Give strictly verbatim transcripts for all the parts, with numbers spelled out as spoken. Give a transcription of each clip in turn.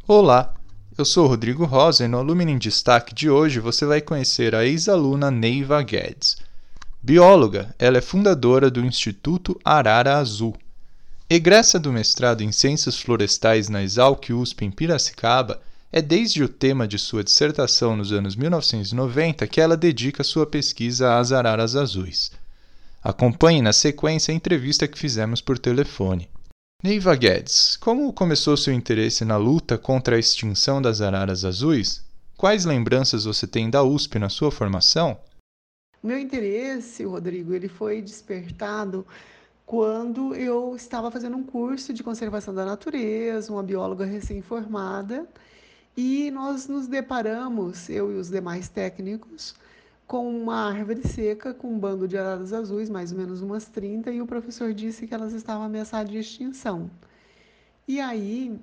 Olá, eu sou Rodrigo Rosa e no Alumni em Destaque de hoje você vai conhecer a ex-aluna Neiva Guedes. Bióloga, ela é fundadora do Instituto Arara Azul. Egressa do mestrado em Ciências Florestais na Exalc U S P em Piracicaba, é desde o tema de sua dissertação nos anos mil novecentos e noventa que ela dedica sua pesquisa às araras azuis. Acompanhe na sequência a entrevista que fizemos por telefone. Neiva Guedes, como começou seu interesse na luta contra a extinção das araras azuis? Quais lembranças você tem da U S P na sua formação? Meu interesse, Rodrigo, ele foi despertado quando eu estava fazendo um curso de conservação da natureza, uma bióloga recém-formada, e nós nos deparamos, eu e os demais técnicos, com uma árvore seca com um bando de araras azuis, mais ou menos umas trinta, e o professor disse que elas estavam ameaçadas de extinção. E aí,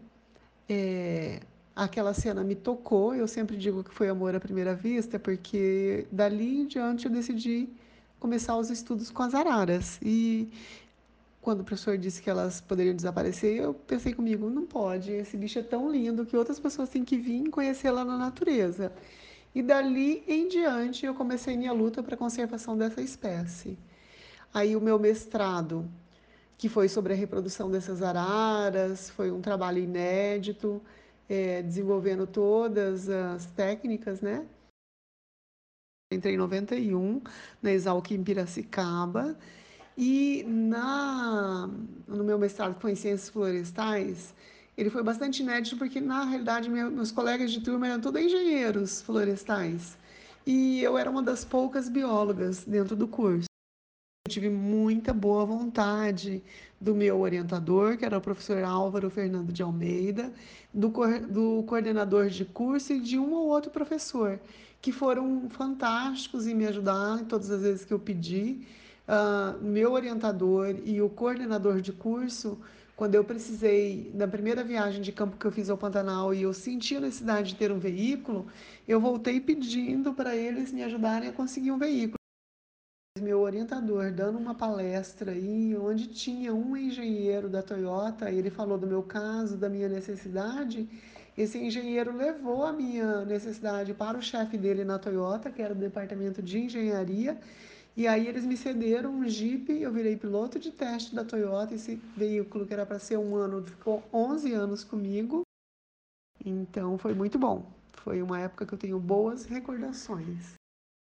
é, aquela cena me tocou. Eu sempre digo que foi amor à primeira vista, porque dali em diante eu decidi começar os estudos com as araras. E quando o professor disse que elas poderiam desaparecer, eu pensei comigo, não pode, esse bicho é tão lindo que outras pessoas têm que vir conhecê-la na natureza. E dali em diante eu comecei minha luta para a conservação dessa espécie. Aí o meu mestrado, que foi sobre a reprodução dessas araras, foi um trabalho inédito, é, desenvolvendo todas as técnicas, né? Entrei em noventa e um na Exalc em Piracicaba e na, no meu mestrado que foi em Ciências Florestais, ele foi bastante inédito porque, na realidade, meus colegas de turma eram todos engenheiros florestais e eu era uma das poucas biólogas dentro do curso. Eu tive muita boa vontade do meu orientador, que era o professor Álvaro Fernando de Almeida, do, do coordenador de curso e de um ou outro professor, que foram fantásticos em me ajudar em todas as vezes que eu pedi. Uh, meu orientador e o coordenador de curso, quando eu precisei, na primeira viagem de campo que eu fiz ao Pantanal e eu senti a necessidade de ter um veículo, eu voltei pedindo para eles me ajudarem a conseguir um veículo. Meu orientador dando uma palestra aí, onde tinha um engenheiro da Toyota, ele falou do meu caso, da minha necessidade. Esse engenheiro levou a minha necessidade para o chefe dele na Toyota, que era do departamento de engenharia, e aí eles me cederam um Jeep, eu virei piloto de teste da Toyota, esse veículo que era para ser um ano, ficou onze anos comigo, então foi muito bom. Foi uma época que eu tenho boas recordações.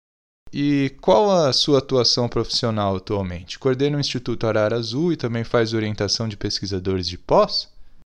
E qual a sua atuação profissional atualmente? Coordena o Instituto Arara Azul e também faz orientação de pesquisadores de pós?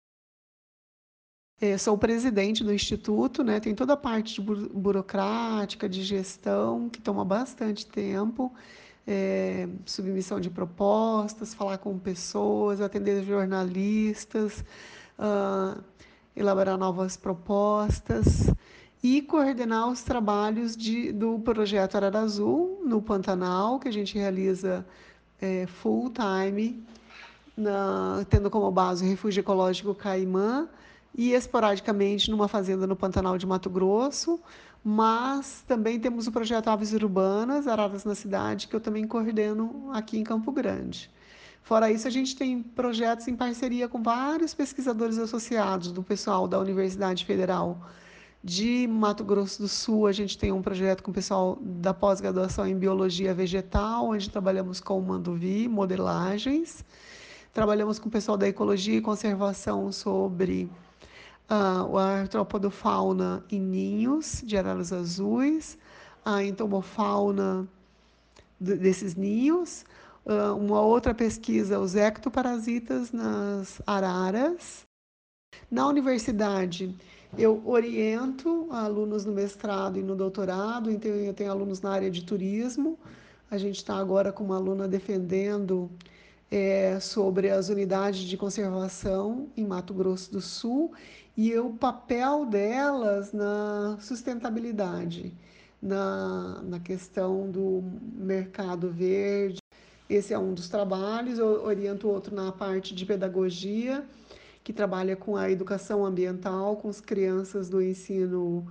É, sou presidente do instituto, né? Tem toda a parte de bu- burocrática, de gestão, que toma bastante tempo, é, submissão de propostas, falar com pessoas, atender jornalistas, ah, elaborar novas propostas e coordenar os trabalhos de, do projeto Arara Azul no Pantanal, que a gente realiza é, full time na, tendo como base o Refúgio Ecológico Caimã e esporadicamente numa fazenda no Pantanal de Mato Grosso, mas também temos o projeto Aves Urbanas, Araras na Cidade, que eu também coordeno aqui em Campo Grande. Fora isso, a gente tem projetos em parceria com vários pesquisadores associados do pessoal da Universidade Federal de Mato Grosso do Sul. A gente tem um projeto com o pessoal da pós-graduação em Biologia Vegetal, onde trabalhamos com manduvi, modelagens. Trabalhamos com o pessoal da ecologia e conservação sobre ah, a artrópodofauna em ninhos de araras azuis, a entomofauna desses ninhos. Ah, uma outra pesquisa, os ectoparasitas nas araras. Na universidade, eu oriento alunos no mestrado e no doutorado, então eu tenho alunos na área de turismo. A gente está agora com uma aluna defendendo é, sobre as unidades de conservação em Mato Grosso do Sul e o papel delas na sustentabilidade, na, na questão do mercado verde. Esse é um dos trabalhos. Eu oriento outro na parte de pedagogia, que trabalha com a educação ambiental, com as crianças do ensino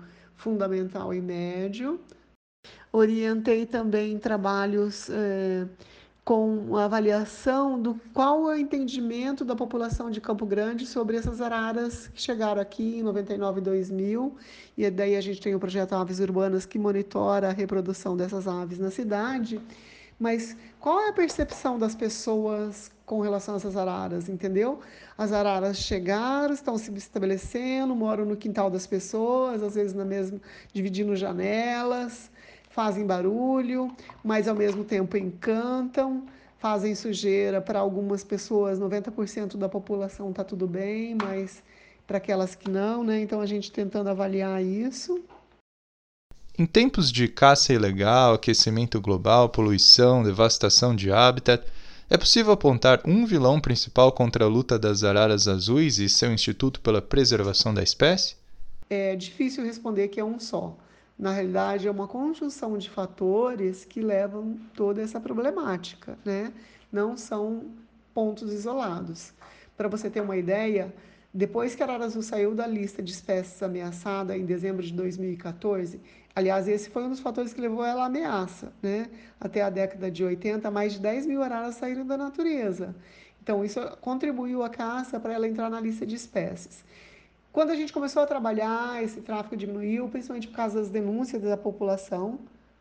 fundamental e médio. Orientei também trabalhos é, com a avaliação do qual é o entendimento da população de Campo Grande sobre essas araras que chegaram aqui em noventa e nove e dois mil, e daí a gente tem o projeto Aves Urbanas que monitora a reprodução dessas aves na cidade, mas qual é a percepção das pessoas com relação a essas araras, entendeu? As araras chegaram, estão se estabelecendo, moram no quintal das pessoas, às vezes na mesma, dividindo janelas, fazem barulho, mas ao mesmo tempo encantam, fazem sujeira para algumas pessoas, noventa por cento da população está tudo bem, mas para aquelas que não, né? Então a gente tentando avaliar isso. Em tempos de caça ilegal, aquecimento global, poluição, devastação de habitat, é possível apontar um vilão principal contra a luta das araras azuis e seu Instituto pela Preservação da Espécie? É difícil responder que é um só. Na realidade, é uma conjunção de fatores que levam toda essa problemática, né? Não são pontos isolados. Para você ter uma ideia, depois que a arara azul saiu da lista de espécies ameaçadas em dezembro de dois mil e quatorze, aliás, esse foi um dos fatores que levou ela à ameaça, né? Até a década de oitenta, mais de dez mil araras saíram da natureza. Então, isso contribuiu à caça para ela entrar na lista de espécies. Quando a gente começou a trabalhar, esse tráfico diminuiu, principalmente por causa das denúncias da população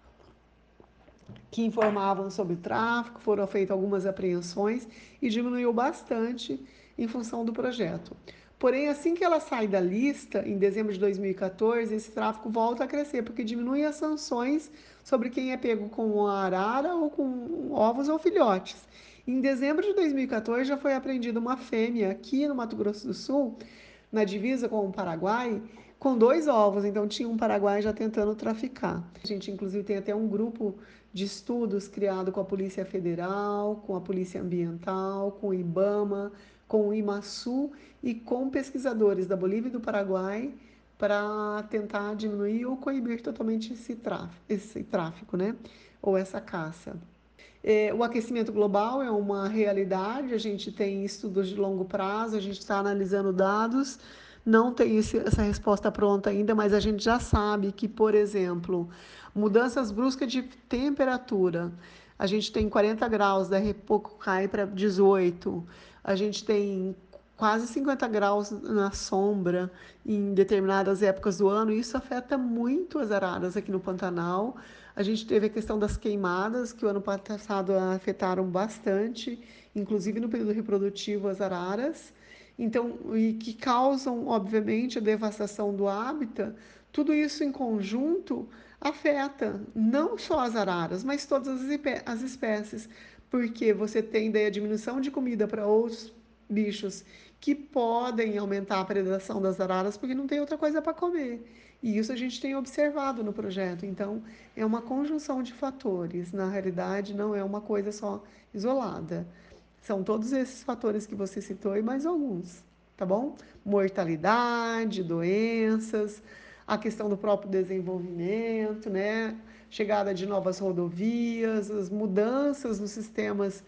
que informavam sobre o tráfico, foram feitas algumas apreensões e diminuiu bastante em função do projeto. Porém, assim que ela sai da lista, em dezembro de dois mil e quatorze, esse tráfico volta a crescer, porque diminui as sanções sobre quem é pego com a arara ou com ovos ou filhotes. Em dezembro de dois mil e quatorze, já foi apreendida uma fêmea aqui no Mato Grosso do Sul, na divisa com o Paraguai, com dois ovos. Então tinha um Paraguai já tentando traficar. A gente, inclusive, tem até um grupo de estudos criado com a Polícia Federal, com a Polícia Ambiental, com o IBAMA, com o IMASU e com pesquisadores da Bolívia e do Paraguai para tentar diminuir ou coibir totalmente esse tráfico, esse tráfico, né? Ou essa caça. É, o aquecimento global é uma realidade, a gente tem estudos de longo prazo, a gente está analisando dados, não tem esse, essa resposta pronta ainda, mas a gente já sabe que, por exemplo, mudanças bruscas de temperatura, a gente tem quarenta graus, daí a pouco cai para dezoito, a gente tem quase cinquenta graus na sombra em determinadas épocas do ano, e isso afeta muito as araras aqui no Pantanal. A gente teve a questão das queimadas, que o ano passado afetaram bastante, inclusive no período reprodutivo as araras, então, e que causam, obviamente, a devastação do hábitat. Tudo isso em conjunto afeta não só as araras, mas todas as espécies, porque você tem daí a diminuição de comida para outros bichos que podem aumentar a predação das araras porque não tem outra coisa para comer. E isso a gente tem observado no projeto. Então, é uma conjunção de fatores. Na realidade, não é uma coisa só isolada. São todos esses fatores que você citou e mais alguns, tá bom? Mortalidade, doenças, a questão do próprio desenvolvimento, né? Chegada de novas rodovias, as mudanças nos sistemas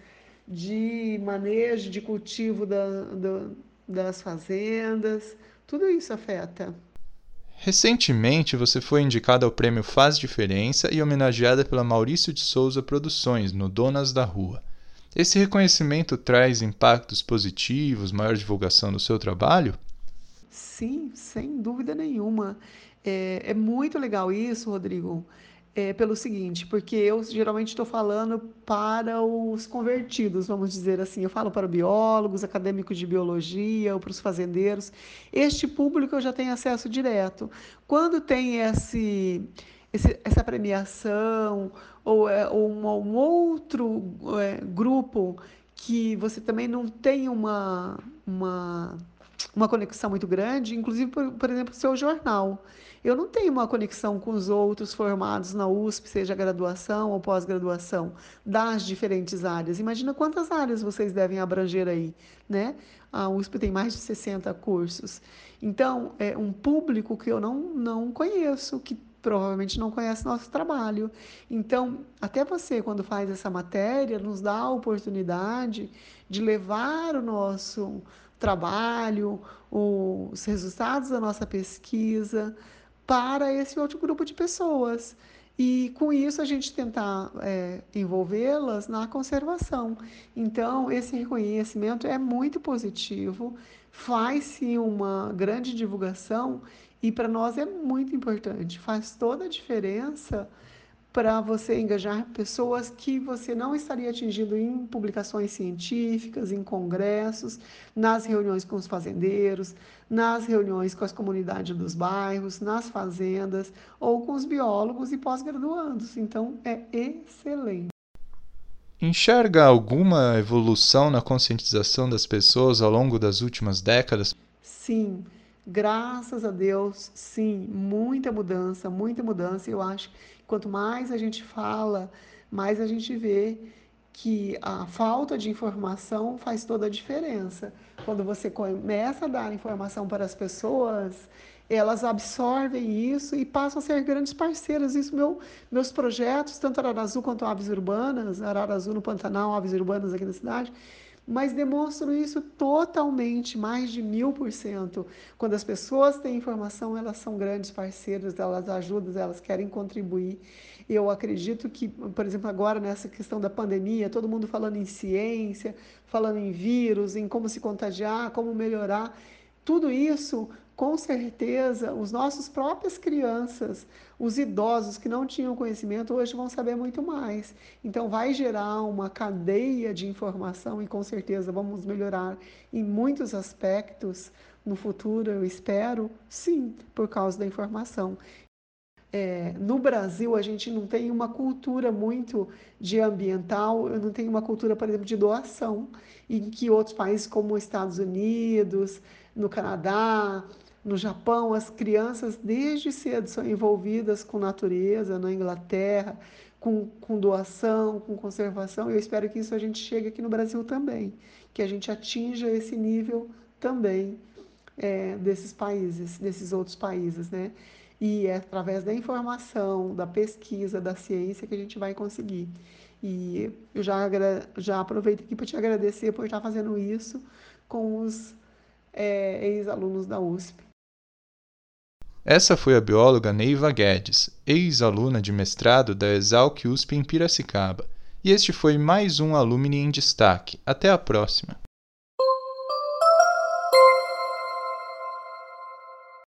de manejo, de cultivo da, da, das fazendas, tudo isso afeta. Recentemente, você foi indicada ao prêmio Faz Diferença e homenageada pela Maurício de Souza Produções, no Donas da Rua. Esse reconhecimento traz impactos positivos, maior divulgação do seu trabalho? Sim, sem dúvida nenhuma. É, é muito legal isso, Rodrigo, é, pelo seguinte, porque eu geralmente estou falando para os convertidos, vamos dizer assim. Eu falo para biólogos, acadêmicos de biologia, ou para os fazendeiros. Este público eu já tenho acesso direto. Quando tem esse, esse- essa premiação, ou, é, ou um, um outro é, grupo que você também não tem uma, uma uma conexão muito grande, inclusive, por, por exemplo, o seu jornal. Eu não tenho uma conexão com os outros formados na U S P, seja graduação ou pós-graduação, das diferentes áreas. Imagina quantas áreas vocês devem abranger aí, né? A U S P tem mais de sessenta cursos. Então, é um público que eu não, não conheço, que provavelmente não conhece nosso trabalho. Então, até você, quando faz essa matéria, nos dá a oportunidade de levar o nosso trabalho, os resultados da nossa pesquisa para esse outro grupo de pessoas. e com isso a gente tentar é, envolvê-las na conservação. Então, esse reconhecimento é muito positivo, faz-se uma grande divulgação e para nós é muito importante, faz toda a diferença para você engajar pessoas que você não estaria atingindo em publicações científicas, em congressos, nas reuniões com os fazendeiros, nas reuniões com as comunidades dos bairros, nas fazendas ou com os biólogos e pós-graduandos. Então, é excelente. Enxerga alguma evolução na conscientização das pessoas ao longo das últimas décadas? Sim, graças a Deus, sim, muita mudança, muita mudança. Eu acho que quanto mais a gente fala, mais a gente vê que a falta de informação faz toda a diferença. Quando você começa a dar informação para as pessoas, elas absorvem isso e passam a ser grandes parceiras. Isso, meu, meus projetos, tanto Arara Azul quanto Aves Urbanas, Arara Azul no Pantanal, Aves Urbanas aqui na cidade, mas demonstram isso totalmente, mais de mil por cento. Quando as pessoas têm informação, elas são grandes parceiras, elas ajudam, elas querem contribuir. Eu acredito que, por exemplo, agora nessa questão da pandemia, todo mundo falando em ciência, falando em vírus, em como se contagiar, como melhorar, tudo isso, com certeza, os nossos próprias crianças, os idosos que não tinham conhecimento, hoje vão saber muito mais. Então, vai gerar uma cadeia de informação e, com certeza, vamos melhorar em muitos aspectos no futuro, eu espero, sim, por causa da informação. É, no Brasil, a gente não tem uma cultura muito de ambiental, eu não tenho uma cultura, por exemplo, de doação, em que outros países, como os Estados Unidos, no Canadá, no Japão, as crianças desde cedo são envolvidas com natureza, na Inglaterra, com, com doação, com conservação. Eu espero que isso a gente chegue aqui no Brasil também, que a gente atinja esse nível também é, desses países, desses outros países, né? E é através da informação, da pesquisa, da ciência que a gente vai conseguir. E eu já, já aproveito aqui para te agradecer por estar fazendo isso com os é, ex-alunos da U S P. Essa foi a bióloga Neiva Guedes, ex-aluna de mestrado da Exalc U S P em Piracicaba. E este foi mais um Alumni em Destaque. Até a próxima!